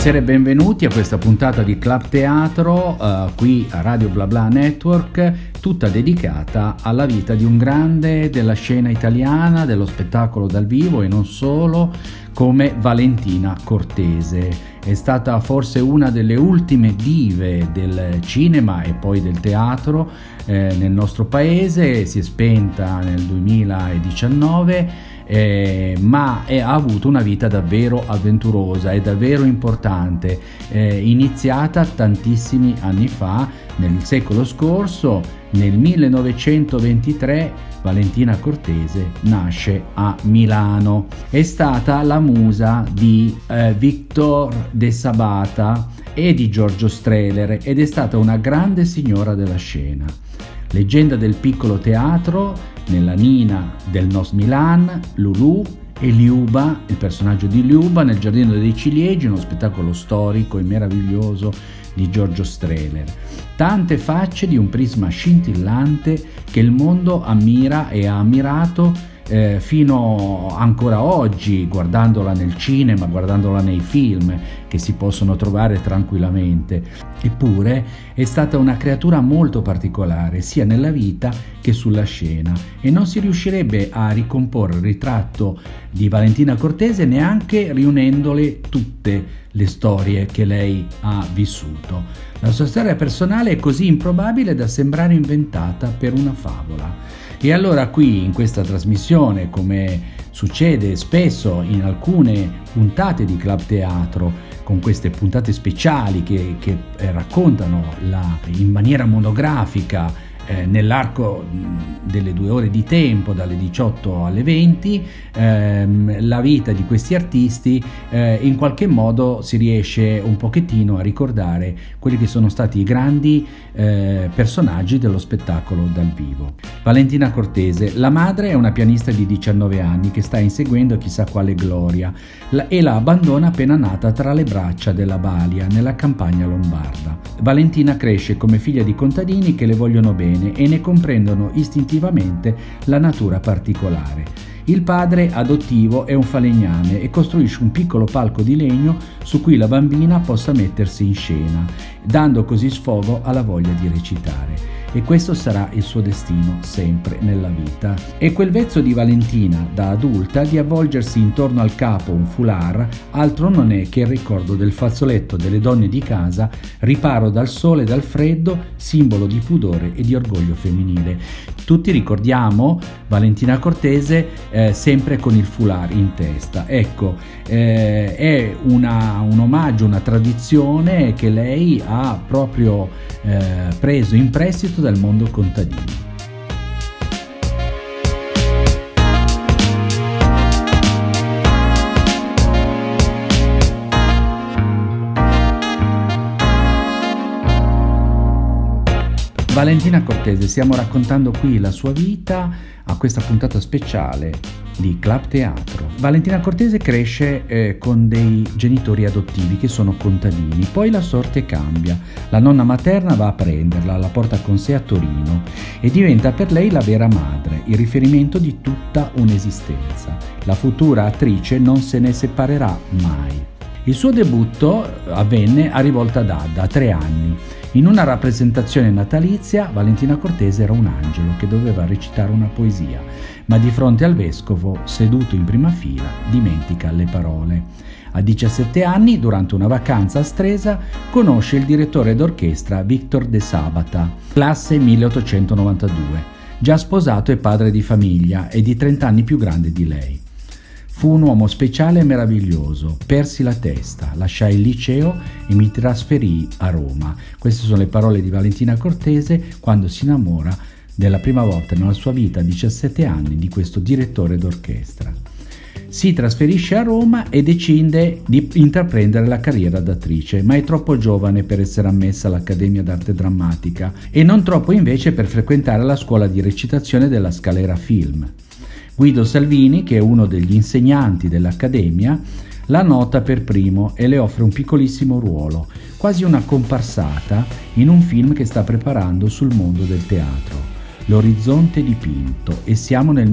Buonasera e benvenuti a questa puntata di Club Teatro, qui a Radio Bla Bla Network, tutta dedicata alla vita di un grande della scena italiana, dello spettacolo dal vivo e non solo, come Valentina Cortese. È stata forse una delle ultime dive del cinema e poi del teatro nel nostro paese. Si è spenta nel 2019, ma ha avuto una vita davvero avventurosa e davvero importante, iniziata tantissimi anni fa, nel secolo scorso. Nel 1923 Valentina Cortese nasce a Milano. È stata la musa di Victor de Sabata e di Giorgio Strehler ed è stata una grande signora della scena. Leggenda del piccolo teatro, nella Nina del Nos Milan, Lulù e Liuba, il personaggio di Liuba nel Giardino dei Ciliegi, uno spettacolo storico e meraviglioso di Giorgio Strehler. Tante facce di un prisma scintillante che il mondo ammira e ha ammirato fino ancora oggi, guardandola nel cinema, guardandola nei film che si possono trovare tranquillamente. Eppure è stata una creatura molto particolare sia nella vita che sulla scena e non si riuscirebbe a ricomporre il ritratto di Valentina Cortese neanche riunendole tutte le storie che lei ha vissuto. La sua storia personale è così improbabile da sembrare inventata per una favola. E allora qui in questa trasmissione, come succede spesso in alcune puntate di Club Teatro, con queste puntate speciali che raccontano in maniera monografica nell'arco delle 2 ore di tempo, dalle 18 alle 20, la vita di questi artisti, in qualche modo si riesce un pochettino a ricordare quelli che sono stati i grandi personaggi dello spettacolo dal vivo. Valentina Cortese, la madre è una pianista di 19 anni che sta inseguendo chissà quale gloria e la abbandona appena nata tra le braccia della Balia nella campagna lombarda. Valentina cresce come figlia di contadini che le vogliono bene e ne comprendono istintivamente la natura particolare. Il padre adottivo è un falegname e costruisce un piccolo palco di legno su cui la bambina possa mettersi in scena, dando così sfogo alla voglia di recitare. E questo sarà il suo destino sempre nella vita. E quel vezzo di Valentina da adulta di avvolgersi intorno al capo un foulard altro non è che il ricordo del fazzoletto delle donne di casa, riparo dal sole e dal freddo, simbolo di pudore e di orgoglio femminile. Tutti ricordiamo Valentina Cortese sempre con il foulard in testa. Ecco, è un omaggio, una tradizione che lei ha proprio preso in prestito dal mondo contadino. Valentina Cortese, stiamo raccontando qui la sua vita a questa puntata speciale di Club Teatro. Valentina Cortese cresce con dei genitori adottivi che sono contadini, poi la sorte cambia. La nonna materna va a prenderla, la porta con sé a Torino e diventa per lei la vera madre, il riferimento di tutta un'esistenza. La futura attrice non se ne separerà mai. Il suo debutto avvenne a Rivolta d'Adda a 3 anni. In una rappresentazione natalizia, Valentina Cortese era un angelo che doveva recitare una poesia, ma di fronte al vescovo, seduto in prima fila, dimentica le parole. A 17 anni, durante una vacanza a Stresa, conosce il direttore d'orchestra Victor de Sabata, classe 1892, già sposato e padre di famiglia e di 30 anni più grande di lei. Fu un uomo speciale e meraviglioso, persi la testa, lasciai il liceo e mi trasferii a Roma. Queste sono le parole di Valentina Cortese quando si innamora della prima volta nella sua vita a 17 anni di questo direttore d'orchestra. Si trasferisce a Roma e decide di intraprendere la carriera d'attrice, ma è troppo giovane per essere ammessa all'Accademia d'Arte Drammatica e non troppo invece per frequentare la scuola di recitazione della Scalera Film. Guido Salvini, che è uno degli insegnanti dell'Accademia, la nota per primo e le offre un piccolissimo ruolo, quasi una comparsata, in un film che sta preparando sul mondo del teatro, L'orizzonte dipinto, e siamo nel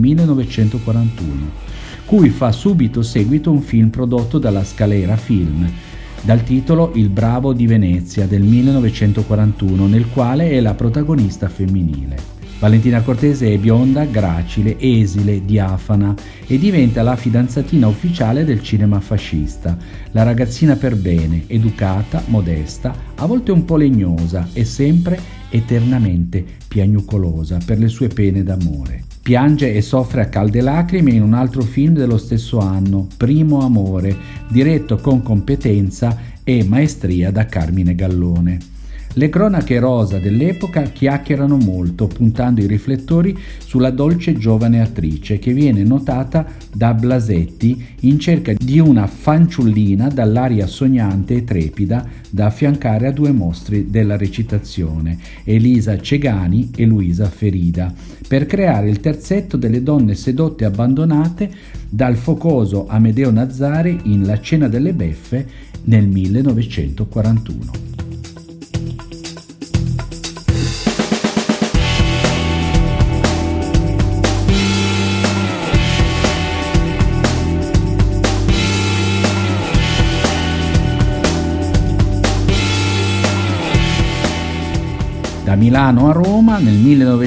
1941, cui fa subito seguito un film prodotto dalla Scalera Film, dal titolo Il Bravo di Venezia del 1941, nel quale è la protagonista femminile. Valentina Cortese è bionda, gracile, esile, diafana e diventa la fidanzatina ufficiale del cinema fascista, la ragazzina per bene, educata, modesta, a volte un po' legnosa e sempre eternamente piagnucolosa per le sue pene d'amore. Piange e soffre a calde lacrime in un altro film dello stesso anno, Primo amore, diretto con competenza e maestria da Carmine Gallone. Le cronache rosa dell'epoca chiacchierano molto, puntando i riflettori sulla dolce giovane attrice che viene notata da Blasetti in cerca di una fanciullina dall'aria sognante e trepida da affiancare a due mostri della recitazione, Elisa Cegani e Luisa Ferida, per creare il terzetto delle donne sedotte e abbandonate dal focoso Amedeo Nazzari in La cena delle beffe nel 1941. Da Milano a Roma nel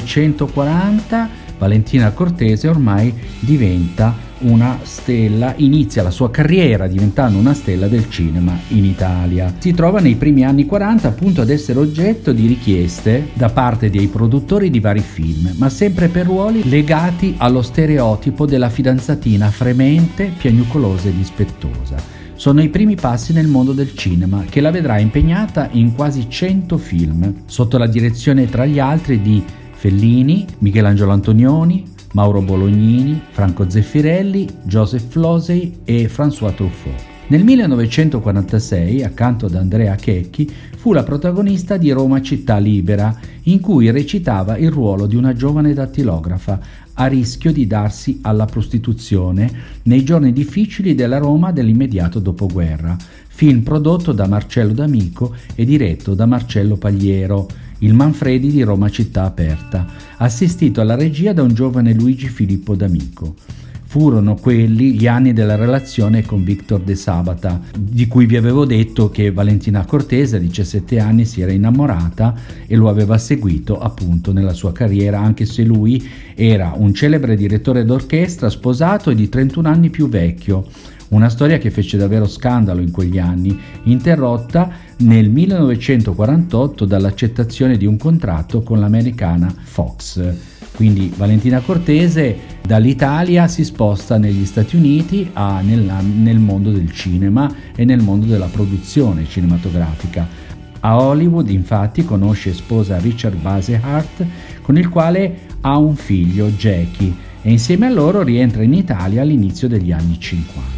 1940 Valentina Cortese ormai diventa una stella, inizia la sua carriera diventando una stella del cinema in Italia. Si trova nei primi anni 40 appunto ad essere oggetto di richieste da parte dei produttori di vari film, ma sempre per ruoli legati allo stereotipo della fidanzatina fremente, piagnucolosa e dispettosa. Sono i primi passi nel mondo del cinema, che la vedrà impegnata in quasi 100 film, sotto la direzione tra gli altri di Fellini, Michelangelo Antonioni, Mauro Bolognini, Franco Zeffirelli, Joseph Losey e François Truffaut. Nel 1946, accanto ad Andrea Checchi, fu la protagonista di Roma città libera, in cui recitava il ruolo di una giovane dattilografa a rischio di darsi alla prostituzione nei giorni difficili della Roma dell'immediato dopoguerra, film prodotto da Marcello D'Amico e diretto da Marcello Pagliero, il Manfredi di Roma città aperta, assistito alla regia da un giovane Luigi Filippo D'Amico. Furono quelli gli anni della relazione con Victor De Sabata, di cui vi avevo detto che Valentina Cortese a 17 anni si era innamorata e lo aveva seguito appunto nella sua carriera, anche se lui era un celebre direttore d'orchestra sposato e di 31 anni più vecchio. Una storia che fece davvero scandalo in quegli anni, interrotta nel 1948 dall'accettazione di un contratto con l'americana Fox. Quindi Valentina Cortese dall'Italia si sposta negli Stati Uniti nel mondo del cinema e nel mondo della produzione cinematografica. A Hollywood infatti conosce e sposa Richard Basehart, con il quale ha un figlio, Jackie, e insieme a loro rientra in Italia all'inizio degli anni 50.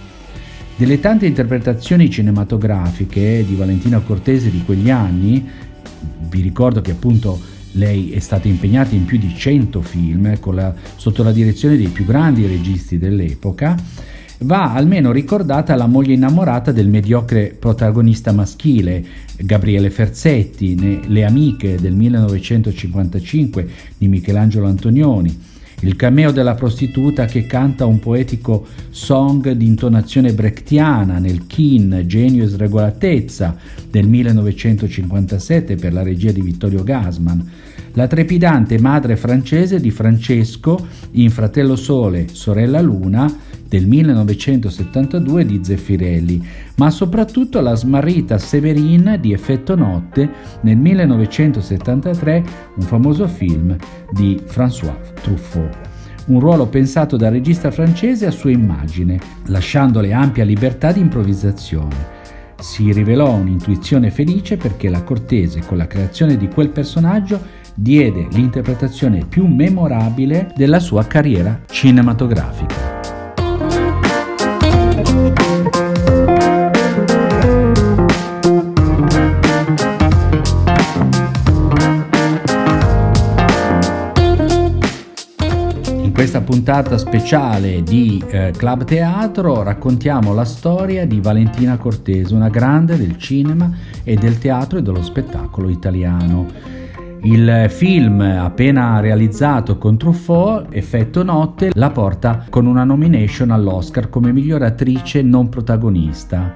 Delle tante interpretazioni cinematografiche di Valentina Cortese di quegli anni, vi ricordo che appunto lei è stata impegnata in più di 100 film sotto la direzione dei più grandi registi dell'epoca, va almeno ricordata la moglie innamorata del mediocre protagonista maschile, Gabriele Ferzetti, Le amiche del 1955 di Michelangelo Antonioni, il cameo della prostituta che canta un poetico song di intonazione brechtiana nel Kin, Genio e sregolatezza del 1957 per la regia di Vittorio Gassman, la trepidante madre francese di Francesco in Fratello Sole, Sorella Luna del 1972 di Zeffirelli, ma soprattutto la smarrita Séverine di Effetto Notte nel 1973, un famoso film di François Truffaut. Un ruolo pensato dal regista francese a sua immagine, lasciandole ampia libertà di improvvisazione. Si rivelò un'intuizione felice perché la Cortese, con la creazione di quel personaggio, diede l'interpretazione più memorabile della sua carriera cinematografica. In questa puntata speciale di Club Teatro raccontiamo la storia di Valentina Cortese, una grande del cinema e del teatro e dello spettacolo italiano. Il film appena realizzato con Truffaut, Effetto Notte, la porta con una nomination all'Oscar come miglior attrice non protagonista,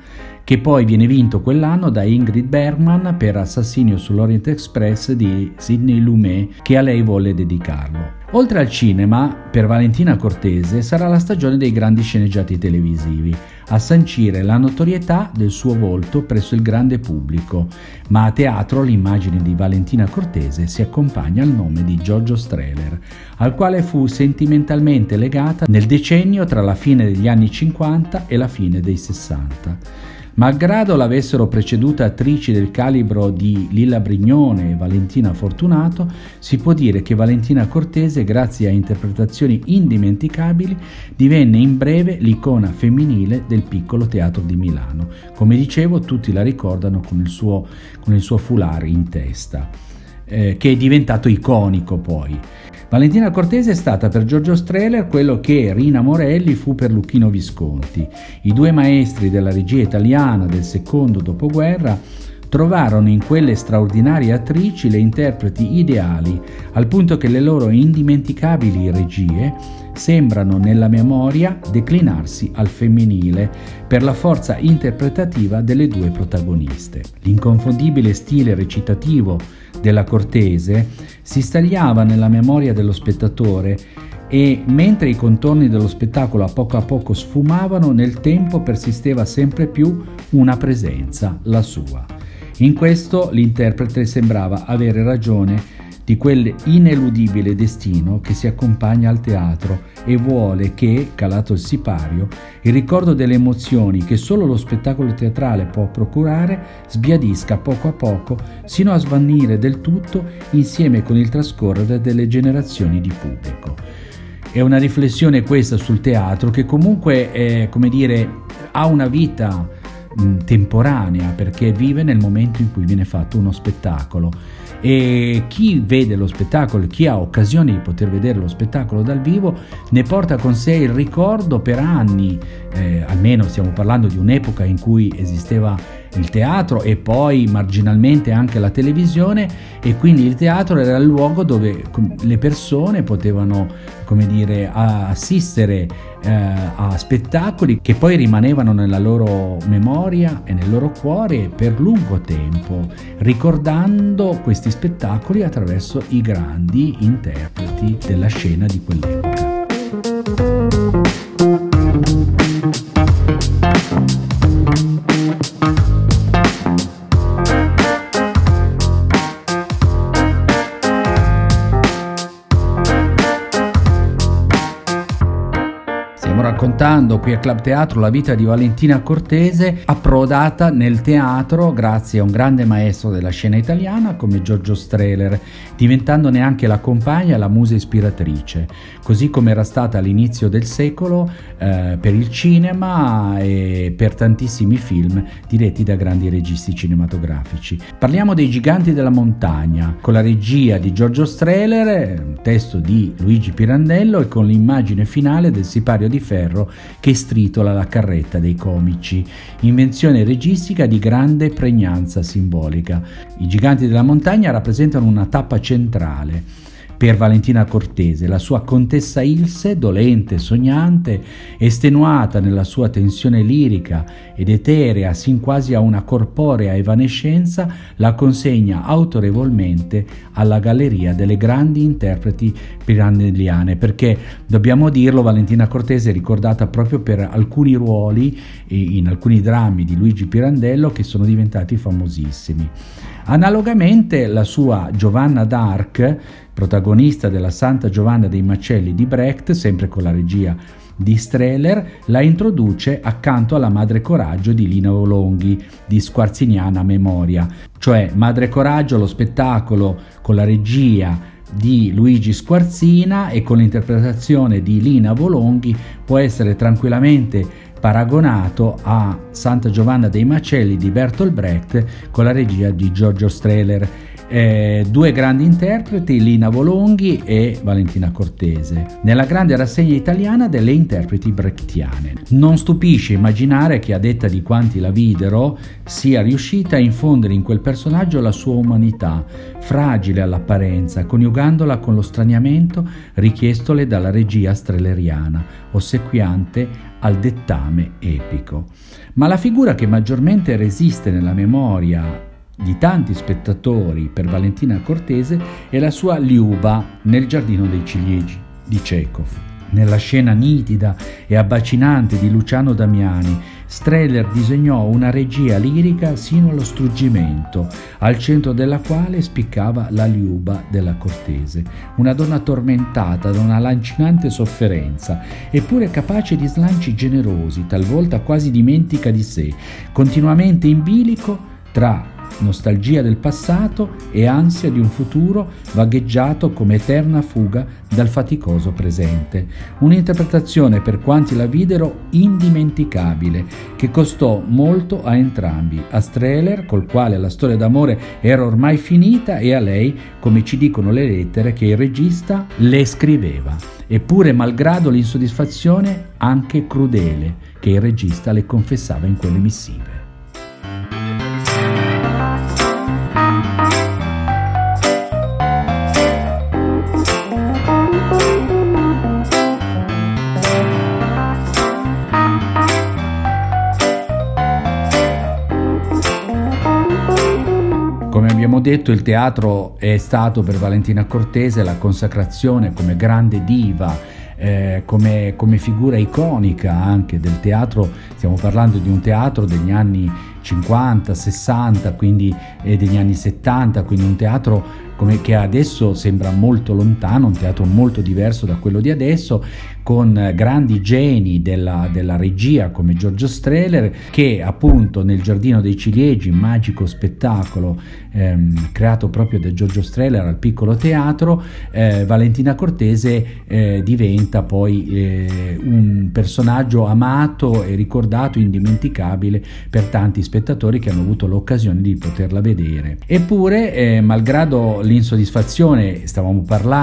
che poi viene vinto quell'anno da Ingrid Bergman per Assassinio sull'Orient Express di Sidney Lumet, che a lei volle dedicarlo. Oltre al cinema, per Valentina Cortese sarà la stagione dei grandi sceneggiati televisivi, a sancire la notorietà del suo volto presso il grande pubblico, ma a teatro l'immagine di Valentina Cortese si accompagna al nome di Giorgio Strehler, al quale fu sentimentalmente legata nel decennio tra la fine degli anni 50 e la fine dei 60. Malgrado l'avessero preceduta attrici del calibro di Lilla Brignone e Valentina Fortunato, si può dire che Valentina Cortese, grazie a interpretazioni indimenticabili, divenne in breve l'icona femminile del piccolo teatro di Milano. Come dicevo, tutti la ricordano con il suo foulard in testa, che è diventato iconico poi. Valentina Cortese è stata per Giorgio Strehler quello che Rina Morelli fu per Luchino Visconti. I due maestri della regia italiana del secondo dopoguerra trovarono in quelle straordinarie attrici le interpreti ideali, al punto che le loro indimenticabili regie sembrano nella memoria declinarsi al femminile per la forza interpretativa delle due protagoniste. L'inconfondibile stile recitativo della Cortese si stagliava nella memoria dello spettatore e, mentre i contorni dello spettacolo a poco sfumavano, nel tempo persisteva sempre più una presenza, la sua. In questo l'interprete sembrava avere ragione di quell'ineludibile destino che si accompagna al teatro e vuole che, calato il sipario, il ricordo delle emozioni che solo lo spettacolo teatrale può procurare sbiadisca a poco sino a svanire del tutto insieme con il trascorrere delle generazioni di pubblico. È una riflessione questa sul teatro che comunque ha una vita temporanea, perché vive nel momento in cui viene fatto uno spettacolo, e chi vede lo spettacolo, chi ha occasione di poter vedere lo spettacolo dal vivo, ne porta con sé il ricordo per anni, almeno stiamo parlando di un'epoca in cui esisteva il teatro e poi marginalmente anche la televisione, e quindi il teatro era il luogo dove le persone potevano assistere a spettacoli che poi rimanevano nella loro memoria e nel loro cuore per lungo tempo, ricordando questi spettacoli attraverso i grandi interpreti della scena di quell'epoca. Raccontando qui a Club Teatro la vita di Valentina Cortese, approdata nel teatro grazie a un grande maestro della scena italiana come Giorgio Strehler, diventandone anche la compagna e la musa ispiratrice, così come era stata all'inizio del secolo per il cinema e per tantissimi film diretti da grandi registi cinematografici. Parliamo dei Giganti della Montagna, con la regia di Giorgio Strehler, testo di Luigi Pirandello e con l'immagine finale del sipario di ferro che stritola la carretta dei comici, invenzione registica di grande pregnanza simbolica. I Giganti della Montagna rappresentano una tappa centrale per Valentina Cortese, la sua contessa Ilse, dolente, sognante, estenuata nella sua tensione lirica ed eterea sin quasi a una corporea evanescenza, la consegna autorevolmente alla galleria delle grandi interpreti pirandelliane, perché dobbiamo dirlo, Valentina Cortese è ricordata proprio per alcuni ruoli in alcuni drammi di Luigi Pirandello che sono diventati famosissimi. Analogamente la sua Giovanna d'Arc, protagonista della Santa Giovanna dei Macelli di Brecht, sempre con la regia di Strehler, la introduce accanto alla Madre Coraggio di Lina Volonghi di squarciniana memoria, cioè Madre Coraggio, lo spettacolo con la regia di Luigi Squarzina e con l'interpretazione di Lina Volonghi, può essere tranquillamente paragonato a Santa Giovanna dei Macelli di Bertolt Brecht con la regia di Giorgio Strehler. Due grandi interpreti, Lina Volonghi e Valentina Cortese, nella grande rassegna italiana delle interpreti brechtiane. Non stupisce immaginare che, a detta di quanti la videro, sia riuscita a infondere in quel personaggio la sua umanità, fragile all'apparenza, coniugandola con lo straniamento richiestole dalla regia strehleriana, ossequiante al dettame epico. Ma la figura che maggiormente resiste nella memoria di tanti spettatori per Valentina Cortese è la sua Liuba nel Giardino dei Ciliegi di Chekhov. Nella scena nitida e abbacinante di Luciano Damiani, Strehler disegnò una regia lirica sino allo struggimento, al centro della quale spiccava la Liuba della Cortese, una donna tormentata da una lancinante sofferenza, eppure capace di slanci generosi, talvolta quasi dimentica di sé, continuamente in bilico tra nostalgia del passato e ansia di un futuro vagheggiato come eterna fuga dal faticoso presente. Un'interpretazione, per quanti la videro, indimenticabile, che costò molto a entrambi, a Strehler, col quale la storia d'amore era ormai finita, e a lei, come ci dicono le lettere che il regista le scriveva, eppure malgrado l'insoddisfazione anche crudele che il regista le confessava in quelle missive. Come abbiamo detto, il teatro è stato per Valentina Cortese la consacrazione come grande diva, come figura iconica anche del teatro. Stiamo parlando di un teatro degli anni 50, 60, quindi degli anni 70, quindi un teatro che adesso sembra molto lontano, un teatro molto diverso da quello di adesso, con grandi geni della regia come Giorgio Strehler, che appunto nel Giardino dei Ciliegi, magico spettacolo creato proprio da Giorgio Strehler al Piccolo Teatro, Valentina Cortese diventa poi un personaggio amato e ricordato, indimenticabile per tanti spettatori che hanno avuto l'occasione di poterla vedere. Eppure, malgrado l'insoddisfazione, stavamo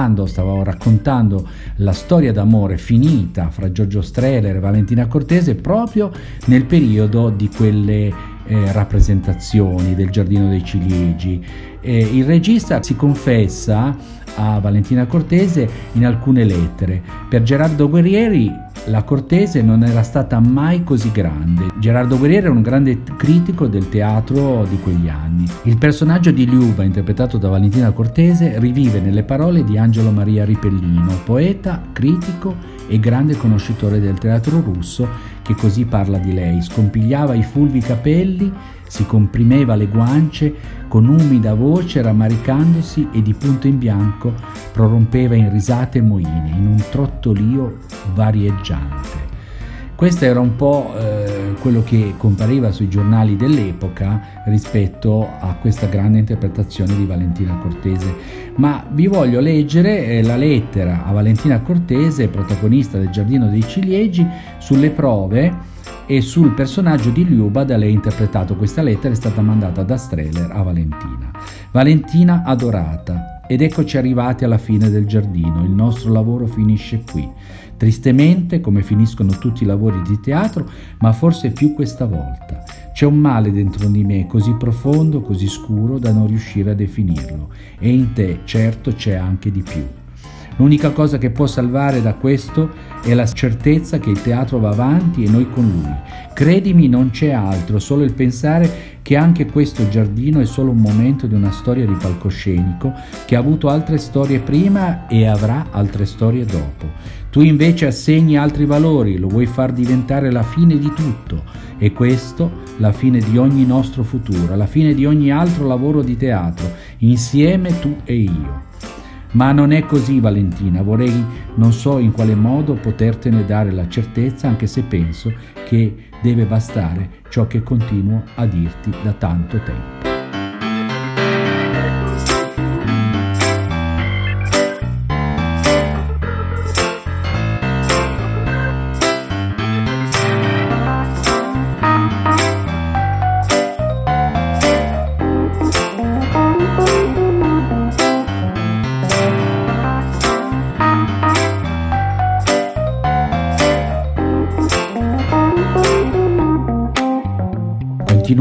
raccontando la storia d'amore finita fra Giorgio Strehler e Valentina Cortese proprio nel periodo di quelle rappresentazioni del Giardino dei Ciliegi. Il regista si confessa a Valentina Cortese in alcune lettere. Per Gerardo Guerrieri la Cortese non era stata mai così grande. Gerardo Guerrieri era un grande critico del teatro di quegli anni. Il personaggio di Liuba, interpretato da Valentina Cortese, rivive nelle parole di Angelo Maria Ripellino, poeta, critico e grande conoscitore del teatro russo, che così parla di lei: scompigliava i fulvi capelli, si comprimeva le guance con umida voce, rammaricandosi, e di punto in bianco prorompeva in risate moine, in un trottolio varieggiante. Questo era un po' quello che compariva sui giornali dell'epoca rispetto a questa grande interpretazione di Valentina Cortese. Ma vi voglio leggere la lettera a Valentina Cortese, protagonista del Giardino dei Ciliegi, sulle prove e sul personaggio di Liuba da lei interpretato. Questa lettera è stata mandata da Strehler a Valentina. Valentina adorata, ed eccoci arrivati alla fine del giardino. Il nostro lavoro finisce qui. Tristemente, come finiscono tutti i lavori di teatro, ma forse più questa volta. C'è un male dentro di me così profondo, così scuro da non riuscire a definirlo, e in te certo c'è anche di più. L'unica cosa che può salvare da questo è la certezza che il teatro va avanti e noi con lui. Credimi, non c'è altro, solo il pensare che anche questo giardino è solo un momento di una storia di palcoscenico che ha avuto altre storie prima e avrà altre storie dopo. Tu invece assegni altri valori, lo vuoi far diventare la fine di tutto, e questo la fine di ogni nostro futuro, la fine di ogni altro lavoro di teatro, insieme tu e io. Ma non è così, Valentina, vorrei, non so in quale modo, potertene dare la certezza, anche se penso che deve bastare ciò che continuo a dirti da tanto tempo.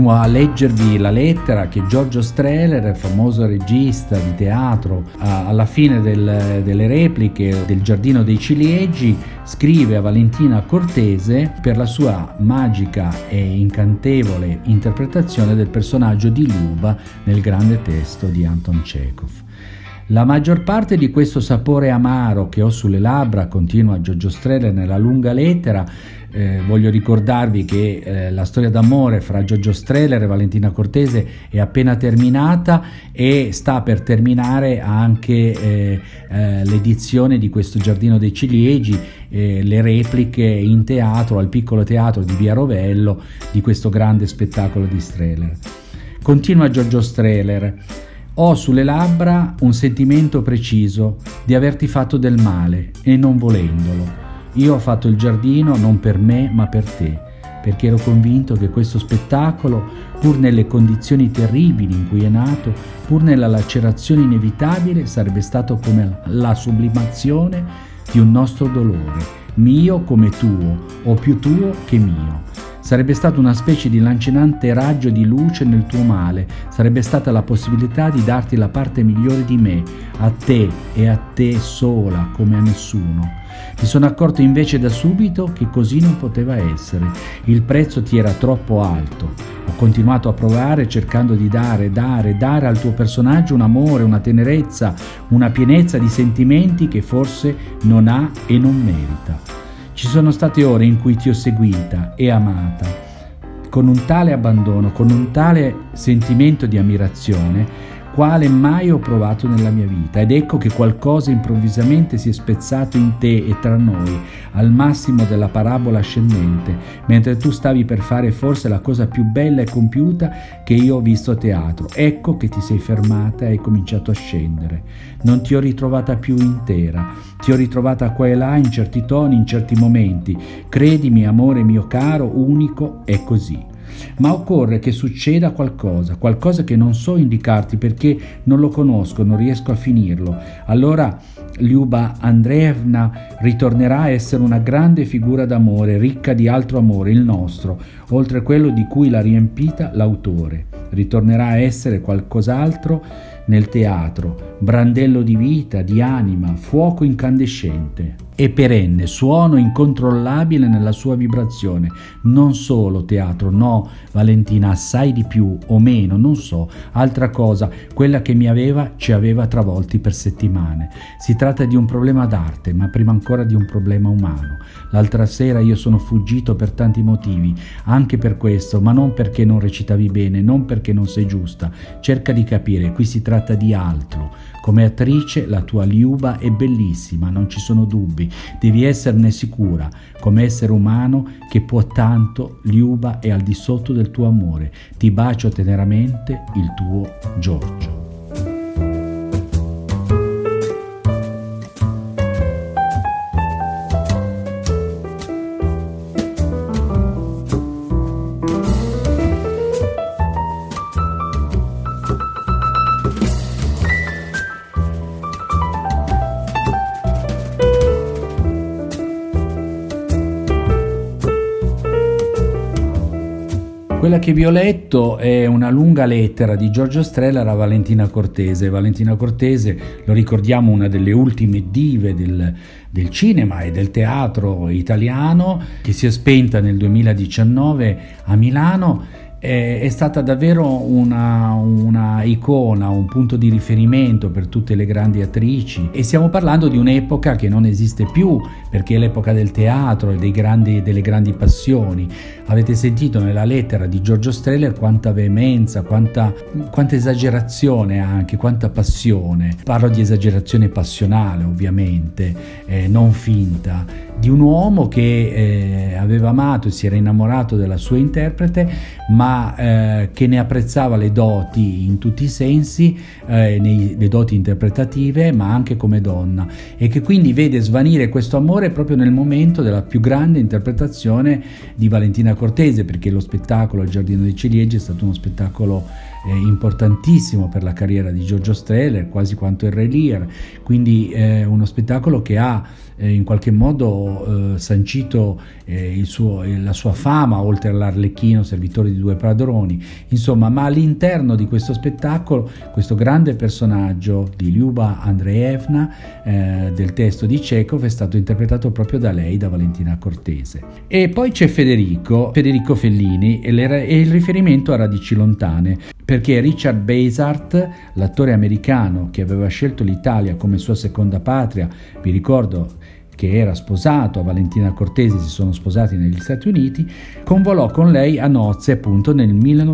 Continuo a leggervi la lettera che Giorgio Strehler, famoso regista di teatro, alla fine delle repliche del Giardino dei Ciliegi, scrive a Valentina Cortese per la sua magica e incantevole interpretazione del personaggio di Liuba nel grande testo di Anton Chekhov. La maggior parte di questo sapore amaro che ho sulle labbra, continua Giorgio Strehler nella lunga lettera, voglio ricordarvi che la storia d'amore fra Giorgio Strehler e Valentina Cortese è appena terminata e sta per terminare anche l'edizione di questo Giardino dei Ciliegi, le repliche in teatro, al piccolo teatro di Via Rovello, di questo grande spettacolo di Strehler. Continua Giorgio Strehler: ho sulle labbra un sentimento preciso di averti fatto del male e non volendolo. Io ho fatto il giardino non per me ma per te, perché ero convinto che questo spettacolo, pur nelle condizioni terribili in cui è nato, pur nella lacerazione inevitabile, sarebbe stato come la sublimazione di un nostro dolore, mio come tuo, o più tuo che mio. Sarebbe stato una specie di lancinante raggio di luce nel tuo male, sarebbe stata la possibilità di darti la parte migliore di me, a te e a te sola, come a nessuno. Mi sono accorto invece da subito che così non poteva essere. Il prezzo ti era troppo alto. Ho continuato a provare cercando di dare al tuo personaggio un amore, una tenerezza, una pienezza di sentimenti che forse non ha e non merita. Ci sono state ore in cui ti ho seguita e amata, con un tale abbandono, con un tale sentimento di ammirazione, quale mai ho provato nella mia vita, ed ecco che qualcosa improvvisamente si è spezzato in te e tra noi, al massimo della parabola ascendente, mentre tu stavi per fare forse la cosa più bella e compiuta che io ho visto a teatro. Ecco che ti sei fermata e hai cominciato a scendere. Non ti ho ritrovata più intera, ti ho ritrovata qua e là in certi toni, in certi momenti. Credimi, amore mio caro, unico, è così. Ma occorre che succeda qualcosa che non so indicarti perché non lo conosco, non riesco a finirlo. Allora Liuba Andreevna ritornerà a essere una grande figura d'amore, ricca di altro amore, il nostro, oltre quello di cui l'ha riempita l'autore. Ritornerà a essere qualcos'altro nel teatro, brandello di vita, di anima, fuoco incandescente e perenne, suono incontrollabile nella sua vibrazione. Non solo teatro, no, Valentina, assai di più o meno, non so, altra cosa, quella che ci aveva travolti per settimane. Si tratta di un problema d'arte, ma prima ancora di un problema umano. L'altra sera io sono fuggito per tanti motivi, anche per questo, ma non perché non recitavi bene, non perché non sei giusta. Cerca di capire, qui si tratta di altro. Come attrice la tua Liuba è bellissima, non ci sono dubbi, devi esserne sicura. Come essere umano che può tanto, Liuba è al di sotto del tuo amore. Ti bacio teneramente, il tuo Giorgio. Quella che vi ho letto è una lunga lettera di Giorgio Strehler a Valentina Cortese. Valentina Cortese, lo ricordiamo, una delle ultime dive del cinema e del teatro italiano, che si è spenta nel 2019 a Milano. È stata davvero una icona, un punto di riferimento per tutte le grandi attrici, e stiamo parlando di un'epoca che non esiste più, perché è l'epoca del teatro e delle grandi passioni. Avete sentito nella lettera di Giorgio Strehler quanta veemenza, quanta esagerazione anche, quanta passione. Parlo di esagerazione passionale, ovviamente, non finta, di un uomo che aveva amato e si era innamorato della sua interprete, ma che ne apprezzava le doti in tutti i sensi, le doti interpretative, ma anche come donna, e che quindi vede svanire questo amore proprio nel momento della più grande interpretazione di Valentina Cortese, perché lo spettacolo Il Giardino dei Ciliegi è stato uno spettacolo importantissimo per la carriera di Giorgio Strehler, quasi quanto il Re Lear, quindi uno spettacolo che ha in qualche modo sancito la sua fama, oltre all'Arlecchino, servitore di due padroni, insomma. Ma all'interno di questo spettacolo, questo grande personaggio di Lyuba Andreevna del testo di Chekhov è stato interpretato proprio da lei, da Valentina Cortese. E poi c'è Federico Fellini, e il riferimento a radici lontane, perché Richard Basehart, l'attore americano che aveva scelto l'Italia come sua seconda patria, vi ricordo che era sposato a Valentina Cortese, si sono sposati negli Stati Uniti, convolò con lei a nozze appunto nel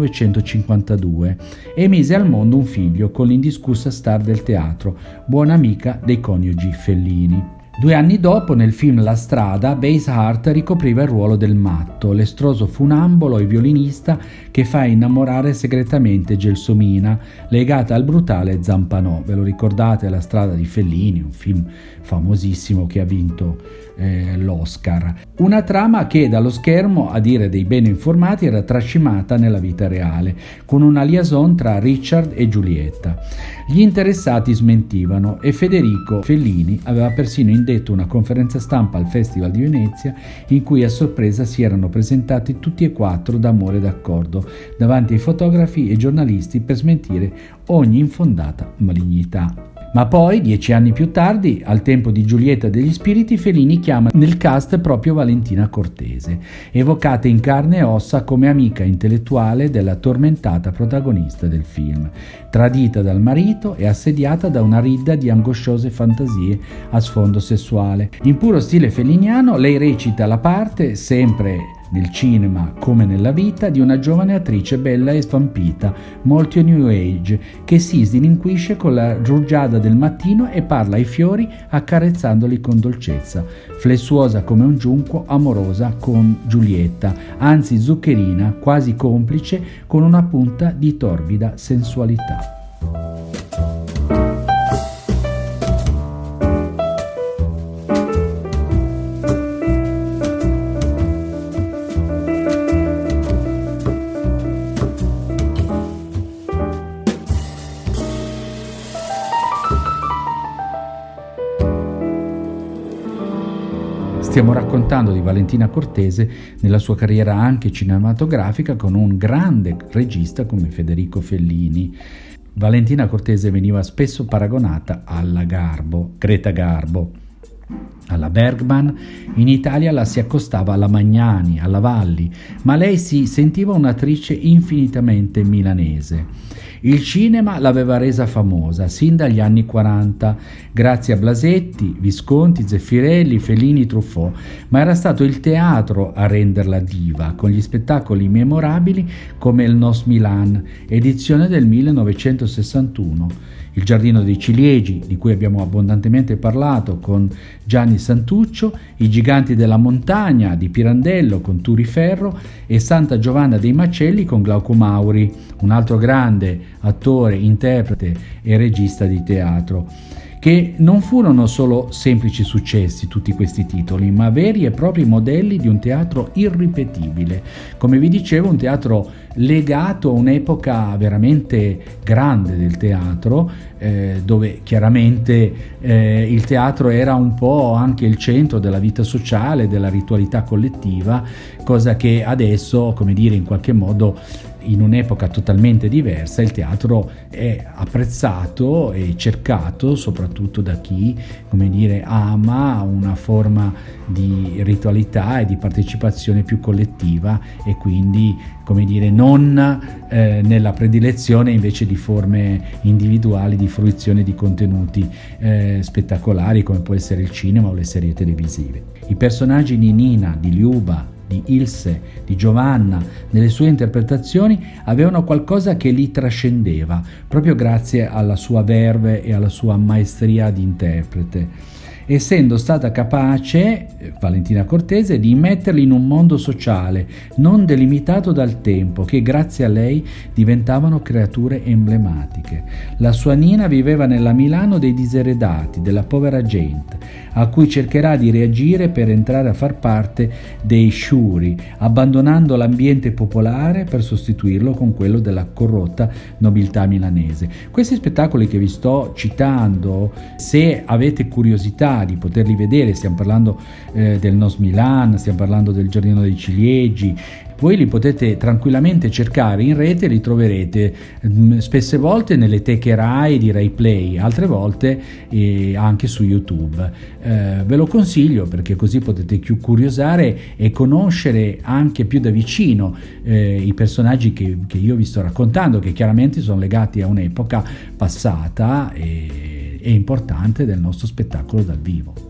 1952 e mise al mondo un figlio con l'indiscussa star del teatro, buona amica dei coniugi Fellini. 2 anni dopo, nel film La strada, Basehart ricopriva il ruolo del matto, l'estroso funambolo e violinista che fa innamorare segretamente Gelsomina, legata al brutale Zampanò. Ve lo ricordate, La strada di Fellini, un film famosissimo che ha vinto l'Oscar. Una trama che dallo schermo, a dire dei bene informati, era tracimata nella vita reale, con una liaison tra Richard e Giulietta. Gli interessati smentivano e Federico Fellini aveva persino indetto una conferenza stampa al Festival di Venezia in cui a sorpresa si erano presentati tutti e 4 d'amore e d'accordo davanti ai fotografi e giornalisti per smentire ogni infondata malignità. Ma poi, 10 anni più tardi, al tempo di Giulietta degli Spiriti, Fellini chiama nel cast proprio Valentina Cortese, evocata in carne e ossa come amica intellettuale della tormentata protagonista del film, tradita dal marito e assediata da una ridda di angosciose fantasie a sfondo sessuale. In puro stile felliniano, lei recita la parte, sempre nel cinema come nella vita, di una giovane attrice bella e svampita, molto new age, che si sdilinquisce con la rugiada del mattino e parla ai fiori accarezzandoli con dolcezza, flessuosa come un giunco, amorosa con Giulietta, anzi zuccherina, quasi complice, con una punta di torbida sensualità. Stiamo raccontando di Valentina Cortese nella sua carriera anche cinematografica con un grande regista come Federico Fellini. Valentina Cortese veniva spesso paragonata alla Greta Garbo, alla Bergman. In Italia la si accostava alla Magnani, alla Valli, ma lei si sentiva un'attrice infinitamente milanese. Il cinema l'aveva resa famosa sin dagli anni 40, grazie a Blasetti, Visconti, Zeffirelli, Fellini, Truffaut, ma era stato il teatro a renderla diva, con gli spettacoli memorabili come il Nos Milan, edizione del 1961, Il Giardino dei Ciliegi, di cui abbiamo abbondantemente parlato con Gianni Santuccio, I Giganti della Montagna di Pirandello con Turi Ferro e Santa Giovanna dei Macelli con Glauco Mauri, un altro grande attore, interprete e regista di teatro. Che non furono solo semplici successi tutti questi titoli, ma veri e propri modelli di un teatro irripetibile. Come vi dicevo, un teatro legato a un'epoca veramente grande del teatro, dove chiaramente il teatro era un po' anche il centro della vita sociale, della ritualità collettiva, cosa che adesso, come dire, in qualche modo, in un'epoca totalmente diversa, il teatro è apprezzato e cercato soprattutto da chi, come dire, ama una forma di ritualità e di partecipazione più collettiva e quindi, come dire, non nella predilezione invece di forme individuali di fruizione di contenuti spettacolari come può essere il cinema o le serie televisive. I personaggi di Nina, di Lyuba, di Ilse, di Giovanna, nelle sue interpretazioni avevano qualcosa che li trascendeva, proprio grazie alla sua verve e alla sua maestria di interprete. essendo stata capace, Valentina Cortese, di metterli in un mondo sociale non delimitato dal tempo, che grazie a lei diventavano creature emblematiche. La sua Nina viveva nella Milano dei diseredati, della povera gente, a cui cercherà di reagire per entrare a far parte dei sciuri, abbandonando l'ambiente popolare per sostituirlo con quello della corrotta nobiltà milanese. Questi spettacoli che vi sto citando, se avete curiosità di poterli vedere, stiamo parlando del Nos Milan, stiamo parlando del Giardino dei Ciliegi, voi li potete tranquillamente cercare in rete, li troverete spesse volte nelle teche Rai di Rai Play, altre volte anche su YouTube. Ve lo consiglio perché così potete più curiosare e conoscere anche più da vicino i personaggi che io vi sto raccontando, che chiaramente sono legati a un'epoca passata e importante del nostro spettacolo dal vivo.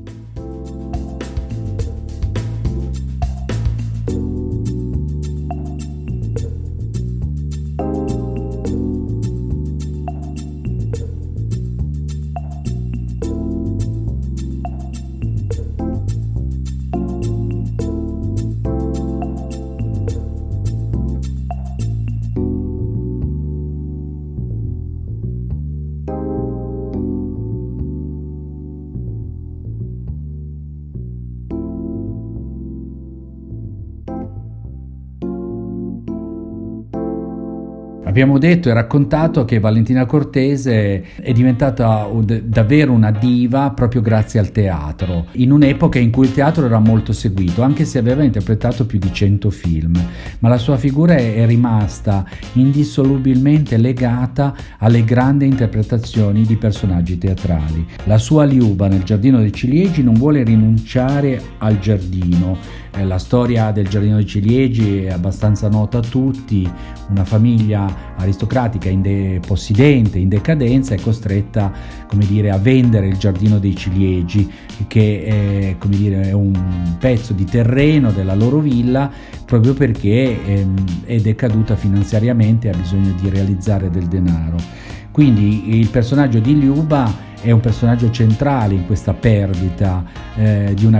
Abbiamo detto e raccontato che Valentina Cortese è diventata davvero una diva proprio grazie al teatro, in un'epoca in cui il teatro era molto seguito, anche se aveva interpretato più di 100 film, ma la sua figura è rimasta indissolubilmente legata alle grandi interpretazioni di personaggi teatrali. La sua Liuba nel Giardino dei Ciliegi non vuole rinunciare al giardino. La storia del Giardino dei Ciliegi è abbastanza nota a tutti. Una famiglia aristocratica possidente, in decadenza, è costretta, come dire, a vendere il Giardino dei Ciliegi, che è, come dire, è un pezzo di terreno della loro villa, proprio perché è decaduta finanziariamente e ha bisogno di realizzare del denaro. Quindi il personaggio di Liuba è un personaggio centrale in questa perdita di un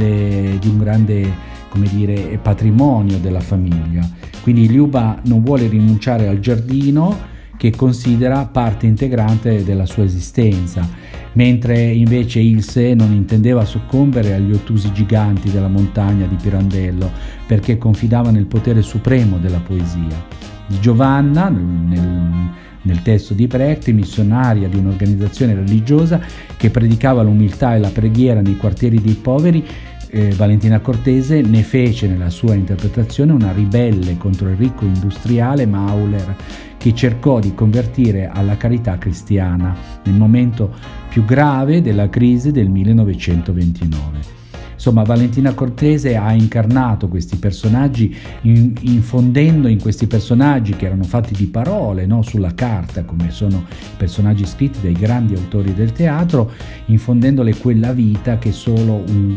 grande, come dire, patrimonio della famiglia. Quindi Liuba non vuole rinunciare al giardino, che considera parte integrante della sua esistenza, mentre invece Ilse non intendeva soccombere agli ottusi giganti della montagna di Pirandello, perché confidava nel potere supremo della poesia. Di Giovanna, nel testo di Brecht, missionaria di un'organizzazione religiosa che predicava l'umiltà e la preghiera nei quartieri dei poveri, Valentina Cortese ne fece nella sua interpretazione una ribelle contro il ricco industriale Mauler, che cercò di convertire alla carità cristiana nel momento più grave della crisi del 1929. Insomma, Valentina Cortese ha incarnato questi personaggi, infondendo in questi personaggi, che erano fatti di parole, no? Sulla carta, come sono i personaggi scritti dai grandi autori del teatro, infondendole quella vita che solo una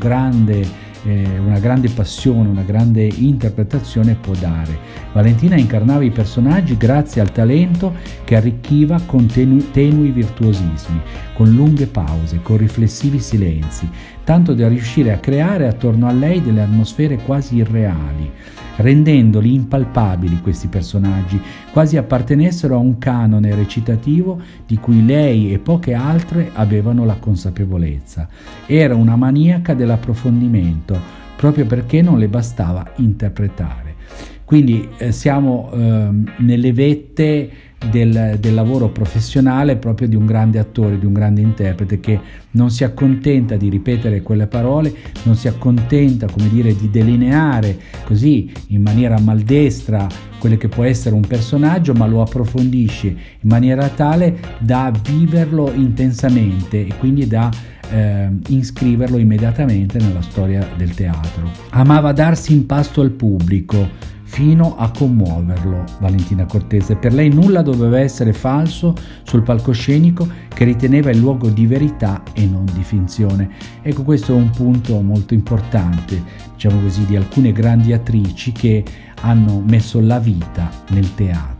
grande passione, una grande interpretazione può dare. Valentina incarnava i personaggi grazie al talento che arricchiva con tenui virtuosismi, con lunghe pause, con riflessivi silenzi, tanto da riuscire a creare attorno a lei delle atmosfere quasi irreali, rendendoli impalpabili questi personaggi, quasi appartenessero a un canone recitativo di cui lei e poche altre avevano la consapevolezza. Era una maniaca dell'approfondimento, proprio perché non le bastava interpretare. Quindi siamo nelle vette del lavoro professionale proprio di un grande attore, di un grande interprete, che non si accontenta di ripetere quelle parole, non si accontenta, come dire, di delineare così in maniera maldestra quello che può essere un personaggio, ma lo approfondisce in maniera tale da viverlo intensamente e quindi da iscriverlo immediatamente nella storia del teatro. Amava darsi in pasto al pubblico fino a commuoverlo, Valentina Cortese. Per lei nulla doveva essere falso sul palcoscenico, che riteneva il luogo di verità e non di finzione. Ecco, questo è un punto molto importante, diciamo così, di alcune grandi attrici che hanno messo la vita nel teatro.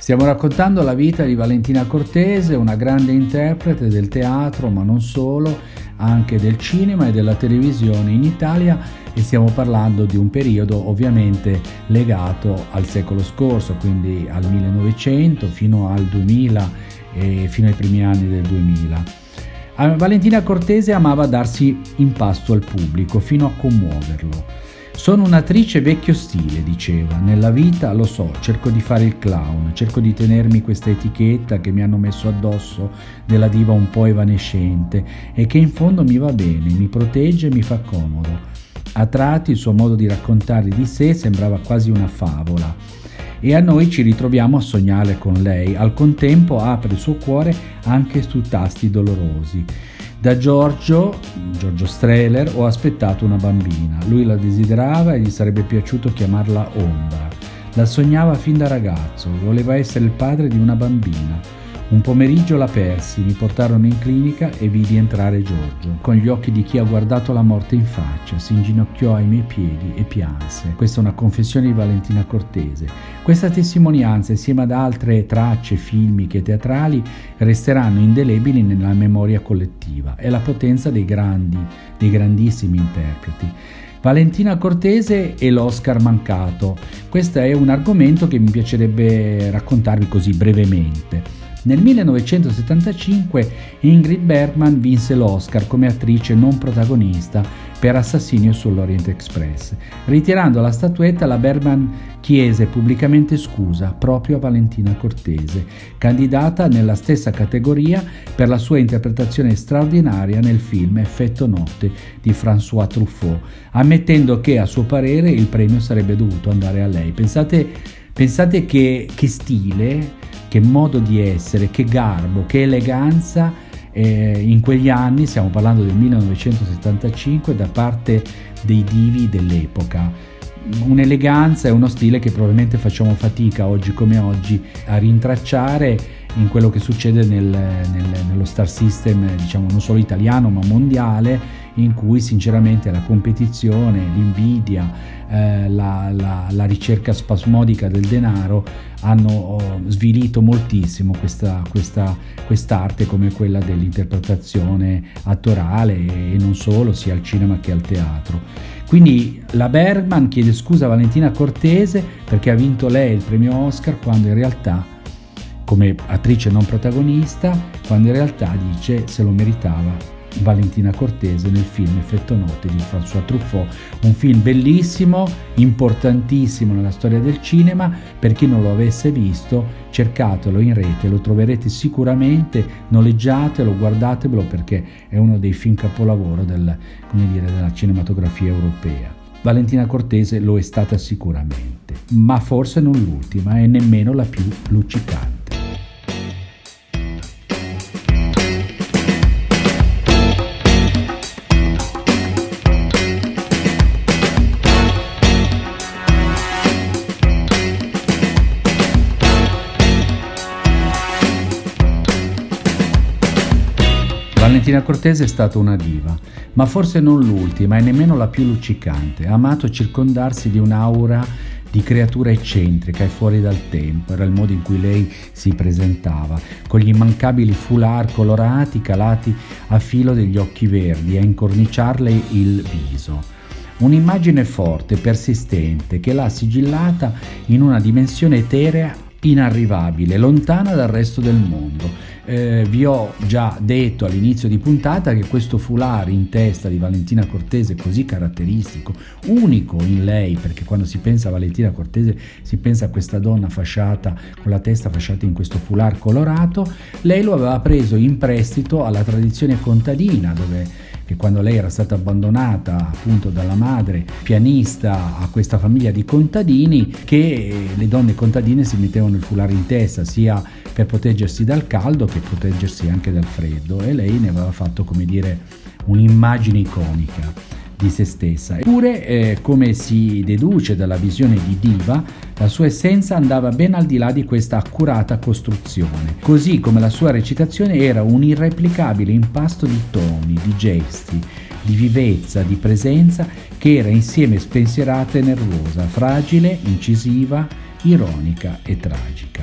Stiamo raccontando la vita di Valentina Cortese, una grande interprete del teatro, ma non solo, anche del cinema e della televisione in Italia, e stiamo parlando di un periodo ovviamente legato al secolo scorso, quindi al 1900 fino al 2000 e fino ai primi anni del 2000. Valentina Cortese amava darsi in pasto al pubblico fino a commuoverlo. Sono un'attrice vecchio stile, diceva, nella vita lo so, cerco di fare il clown, cerco di tenermi questa etichetta che mi hanno messo addosso della diva un po' evanescente e che in fondo mi va bene, mi protegge e mi fa comodo. A tratti il suo modo di raccontare di sé sembrava quasi una favola e a noi ci ritroviamo a sognare con lei, al contempo apre il suo cuore anche su tasti dolorosi. Da Giorgio Strehler ho aspettato una bambina, lui la desiderava e gli sarebbe piaciuto chiamarla Ombra. La sognava fin da ragazzo, voleva essere il padre di una bambina. Un pomeriggio la persi, mi portarono in clinica e vidi entrare Giorgio. Con gli occhi di chi ha guardato la morte in faccia, si inginocchiò ai miei piedi e pianse. Questa è una confessione di Valentina Cortese. Questa testimonianza, insieme ad altre tracce filmiche e teatrali, resteranno indelebili nella memoria collettiva. È la potenza dei grandissimi interpreti. Valentina Cortese e l'Oscar mancato. Questo è un argomento che mi piacerebbe raccontarvi così brevemente. Nel 1975 Ingrid Bergman vinse l'Oscar come attrice non protagonista per Assassinio sull'Orient Express. Ritirando la statuetta, la Bergman chiese pubblicamente scusa proprio a Valentina Cortese, candidata nella stessa categoria per la sua interpretazione straordinaria nel film Effetto notte di François Truffaut, ammettendo che a suo parere il premio sarebbe dovuto andare a lei. Pensate che stile, che modo di essere, che garbo, che eleganza in quegli anni, stiamo parlando del 1975, da parte dei divi dell'epoca. Un'eleganza e uno stile che probabilmente facciamo fatica oggi come oggi a rintracciare in quello che succede nello star system, diciamo non solo italiano ma mondiale, in cui sinceramente la competizione, l'invidia, la ricerca spasmodica del denaro hanno svilito moltissimo quest'arte come quella dell'interpretazione attorale e non solo, sia al cinema che al teatro. Quindi la Bergman chiede scusa a Valentina Cortese perché ha vinto lei il premio Oscar quando in realtà, come attrice non protagonista, quando in realtà dice se lo meritava Valentina Cortese nel film Effetto notte di François Truffaut, un film bellissimo, importantissimo nella storia del cinema. Per chi non lo avesse visto, cercatelo in rete, lo troverete sicuramente, noleggiatelo, guardatevelo perché è uno dei film capolavoro della cinematografia europea. Valentina Cortese lo è stata sicuramente, ma forse non l'ultima e nemmeno la più luccicante. Valentina Cortese è stata una diva, ma forse non l'ultima e nemmeno la più luccicante. Ha amato circondarsi di un'aura di creatura eccentrica e fuori dal tempo. Era il modo in cui lei si presentava, con gli immancabili foulard colorati calati a filo degli occhi verdi a incorniciarle il viso. Un'immagine forte, persistente, che l'ha sigillata in una dimensione eterea inarrivabile, lontana dal resto del mondo. Vi ho già detto all'inizio di puntata che questo foulard in testa di Valentina Cortese, così caratteristico, unico in lei, perché quando si pensa a Valentina Cortese si pensa a questa donna fasciata, con la testa fasciata in questo foulard colorato, lei lo aveva preso in prestito alla tradizione contadina, che quando lei era stata abbandonata appunto dalla madre pianista a questa famiglia di contadini, che le donne contadine si mettevano il foulard in testa sia per proteggersi dal caldo che proteggersi anche dal freddo, e lei ne aveva fatto, come dire, un'immagine iconica di se stessa. Eppure, come si deduce dalla visione di diva, la sua essenza andava ben al di là di questa accurata costruzione, così come la sua recitazione era un irreplicabile impasto di toni, di gesti, di vivezza, di presenza, che era insieme spensierata e nervosa, fragile, incisiva, ironica e tragica.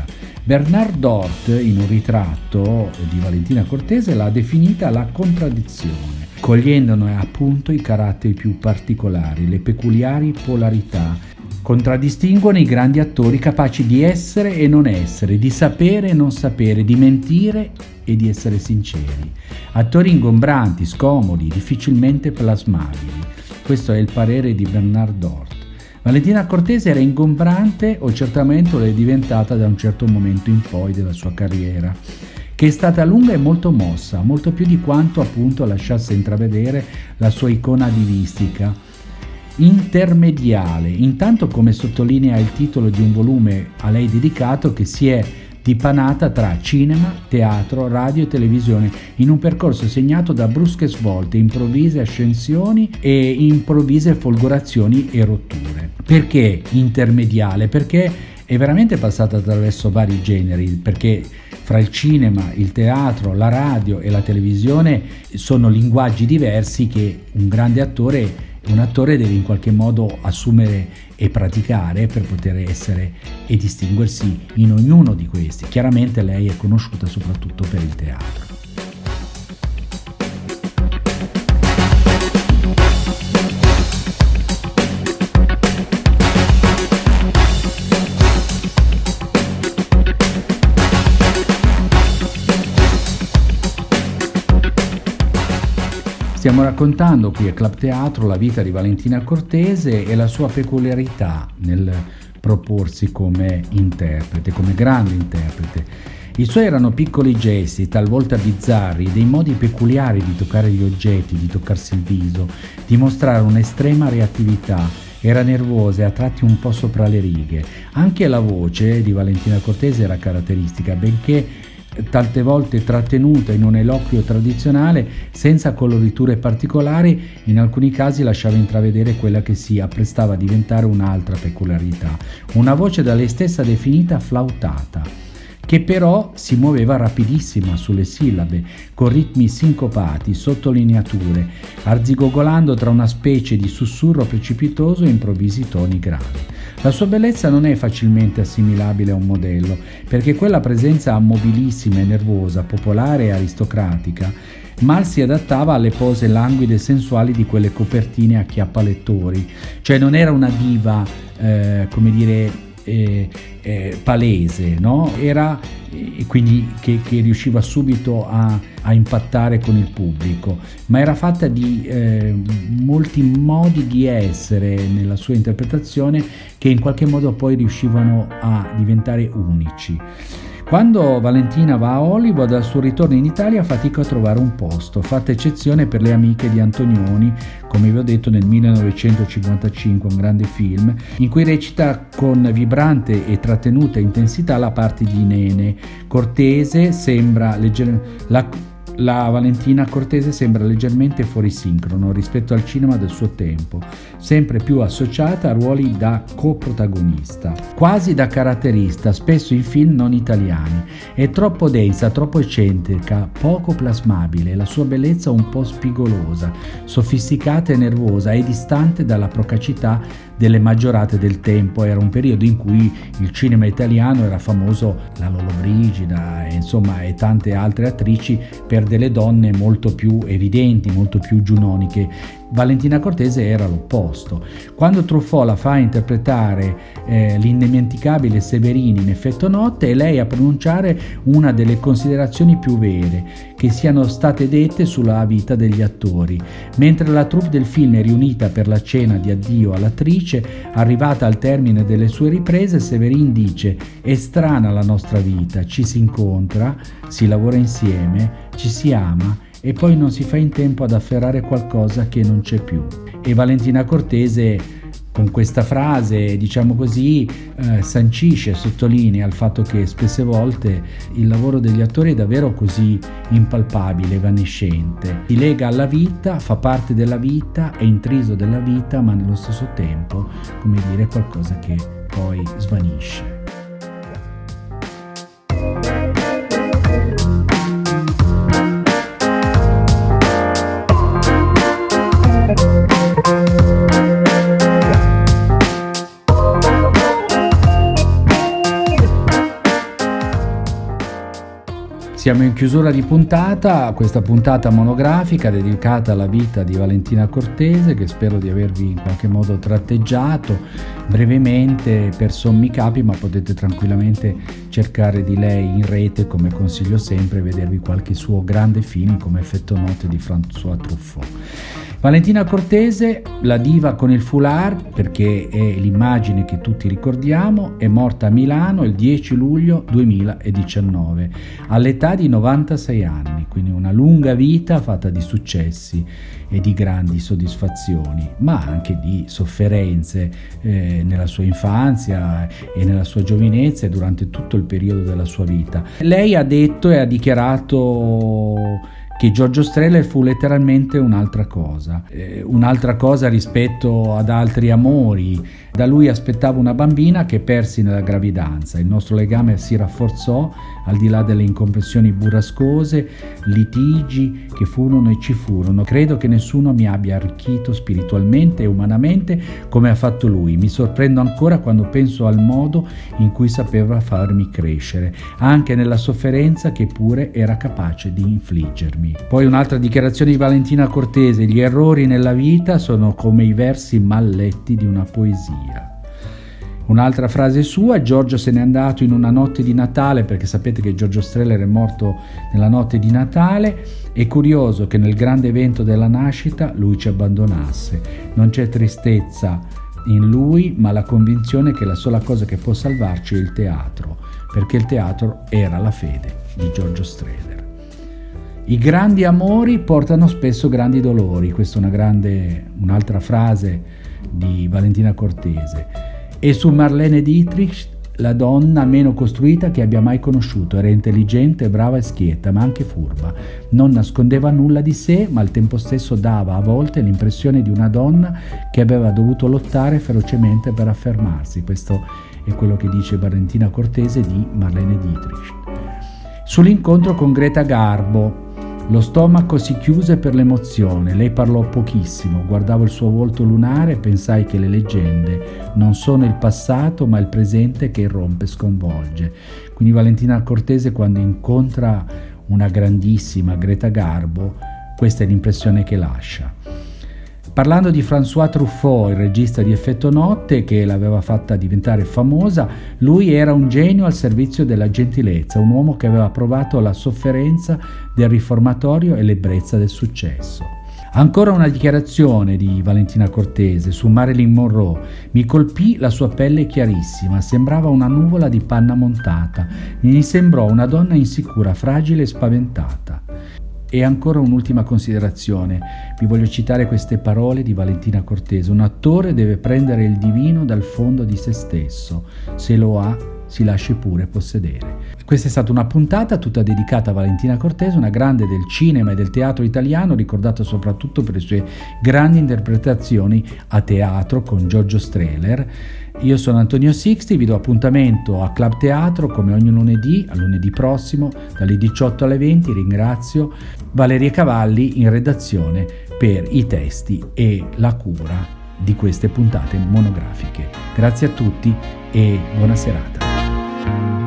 Bernard Dort, in un ritratto di Valentina Cortese, l'ha definita la contraddizione, cogliendone appunto i caratteri più particolari, le peculiari polarità. Contraddistinguono i grandi attori capaci di essere e non essere, di sapere e non sapere, di mentire e di essere sinceri. Attori ingombranti, scomodi, difficilmente plasmabili. Questo è il parere di Bernard Dort. Valentina Cortese era ingombrante, o certamente lo è diventata da un certo momento in poi della sua carriera, che è stata lunga e molto mossa, molto più di quanto appunto lasciasse intravedere la sua icona divistica. Intermediale, intanto, come sottolinea il titolo di un volume a lei dedicato, che si è dipanata tra cinema, teatro, radio e televisione, in un percorso segnato da brusche svolte, improvvise ascensioni e improvvise folgorazioni e rotture. Perché intermediale? Perché è veramente passata attraverso vari generi, perché fra il cinema, il teatro, la radio e la televisione sono linguaggi diversi che un attore deve in qualche modo assumere e praticare per poter essere e distinguersi in ognuno di questi. Chiaramente lei è conosciuta soprattutto per il teatro. Stiamo raccontando qui a Club Teatro la vita di Valentina Cortese e la sua peculiarità nel proporsi come interprete, come grande interprete. I suoi erano piccoli gesti, talvolta bizzarri, dei modi peculiari di toccare gli oggetti, di toccarsi il viso, di mostrare un'estrema reattività. Era nervosa e a tratti un po' sopra le righe. Anche la voce di Valentina Cortese era caratteristica, benché tante volte trattenuta in un eloquio tradizionale, senza coloriture particolari, in alcuni casi lasciava intravedere quella che si apprestava a diventare un'altra peculiarità, una voce da lei stessa definita flautata, che però si muoveva rapidissima sulle sillabe, con ritmi sincopati, sottolineature, arzigogolando tra una specie di sussurro precipitoso e improvvisi toni gravi. La sua bellezza non è facilmente assimilabile a un modello, perché quella presenza mobilissima e nervosa, popolare e aristocratica, mal si adattava alle pose languide e sensuali di quelle copertine a chiappalettori, cioè non era una diva, palese, no? Era quindi che riusciva subito a impattare con il pubblico, ma era fatta di molti modi di essere nella sua interpretazione che in qualche modo poi riuscivano a diventare unici. Quando Valentina va a Hollywood, al suo ritorno in Italia fatica a trovare un posto, fatta eccezione per le amiche di Antonioni, come vi ho detto nel 1955, un grande film, in cui recita con vibrante e trattenuta intensità la parte di Nene. La Valentina Cortese sembra leggermente fuori sincrono rispetto al cinema del suo tempo, sempre più associata a ruoli da coprotagonista, quasi da caratterista, spesso in film non italiani. È troppo densa, troppo eccentrica, poco plasmabile, la sua bellezza un po' spigolosa, sofisticata e nervosa e distante dalla procacità delle maggiorate del tempo. Era un periodo in cui il cinema italiano era famoso, la Lollobrigida e tante altre attrici, per delle donne molto più evidenti, molto più giunoniche. Valentina Cortese era l'opposto. Quando Truffaut la fa interpretare l'indimenticabile Severini in Effetto Notte, è lei a pronunciare una delle considerazioni più vere che siano state dette sulla vita degli attori. Mentre la troupe del film è riunita per la cena di addio all'attrice, arrivata al termine delle sue riprese, Severin dice: «È strana la nostra vita, ci si incontra, si lavora insieme, ci si ama e poi non si fa in tempo ad afferrare qualcosa che non c'è più». E Valentina Cortese con questa frase, diciamo così, sancisce, sottolinea il fatto che spesse volte il lavoro degli attori è davvero così impalpabile, evanescente. Si lega alla vita, fa parte della vita, è intriso della vita, ma nello stesso tempo, come dire, qualcosa che poi svanisce. Siamo in chiusura di puntata, questa puntata monografica dedicata alla vita di Valentina Cortese, che spero di avervi in qualche modo tratteggiato brevemente per sommi capi, ma potete tranquillamente cercare di lei in rete, come consiglio sempre, e vedervi qualche suo grande film come Effetto notte di François Truffaut. Valentina Cortese, la diva con il foulard, perché è l'immagine che tutti ricordiamo, è morta a Milano il 10 luglio 2019 all'età di 96 anni, quindi una lunga vita fatta di successi e di grandi soddisfazioni, ma anche di sofferenze nella sua infanzia e nella sua giovinezza e durante tutto il periodo della sua vita. Lei ha detto e ha dichiarato che Giorgio Strehler fu letteralmente un'altra cosa rispetto ad altri amori. Da lui aspettavo una bambina che persi nella gravidanza. Il nostro legame si rafforzò al di là delle incomprensioni burrascose, litigi che furono e ci furono. Credo che nessuno mi abbia arricchito spiritualmente e umanamente come ha fatto lui. Mi sorprendo ancora quando penso al modo in cui sapeva farmi crescere, anche nella sofferenza che pure era capace di infliggermi. Poi un'altra dichiarazione di Valentina Cortese: gli errori nella vita sono come i versi mal letti di una poesia. Un'altra frase sua: Giorgio se n'è andato in una notte di Natale, perché sapete che Giorgio Strehler è morto nella notte di Natale. È curioso che nel grande evento della nascita lui ci abbandonasse. Non c'è tristezza in lui, ma la convinzione che la sola cosa che può salvarci è il teatro, perché il teatro era la fede di Giorgio Strehler. I grandi amori portano spesso grandi dolori. Questa è un'altra frase di Valentina Cortese. E su Marlene Dietrich, la donna meno costruita che abbia mai conosciuto. Era intelligente, brava e schietta, ma anche furba. Non nascondeva nulla di sé, ma al tempo stesso dava a volte l'impressione di una donna che aveva dovuto lottare ferocemente per affermarsi. Questo è quello che dice Valentina Cortese di Marlene Dietrich. Sull'incontro con Greta Garbo, lo stomaco si chiuse per l'emozione. Lei parlò pochissimo. Guardavo il suo volto lunare e pensai che le leggende non sono il passato ma il presente che irrompe e sconvolge. Quindi Valentina Cortese, quando incontra una grandissima Greta Garbo, questa è l'impressione che lascia. Parlando di François Truffaut, il regista di Effetto notte che l'aveva fatta diventare famosa, lui era un genio al servizio della gentilezza, un uomo che aveva provato la sofferenza del riformatorio e l'ebbrezza del successo. Ancora una dichiarazione di Valentina Cortese su Marilyn Monroe: mi colpì la sua pelle chiarissima, sembrava una nuvola di panna montata, mi sembrò una donna insicura, fragile e spaventata. E ancora un'ultima considerazione, vi voglio citare queste parole di Valentina Cortese: un attore deve prendere il divino dal fondo di se stesso, se lo ha si lasci pure possedere. Questa è stata una puntata tutta dedicata a Valentina Cortese, una grande del cinema e del teatro italiano, ricordata soprattutto per le sue grandi interpretazioni a teatro con Giorgio Strehler. Io sono Antonio Sixti, vi do appuntamento a Club Teatro come ogni lunedì, a lunedì prossimo, dalle 18 alle 20. Ringrazio Valeria Cavalli in redazione per i testi e la cura di queste puntate monografiche. Grazie a tutti e buona serata.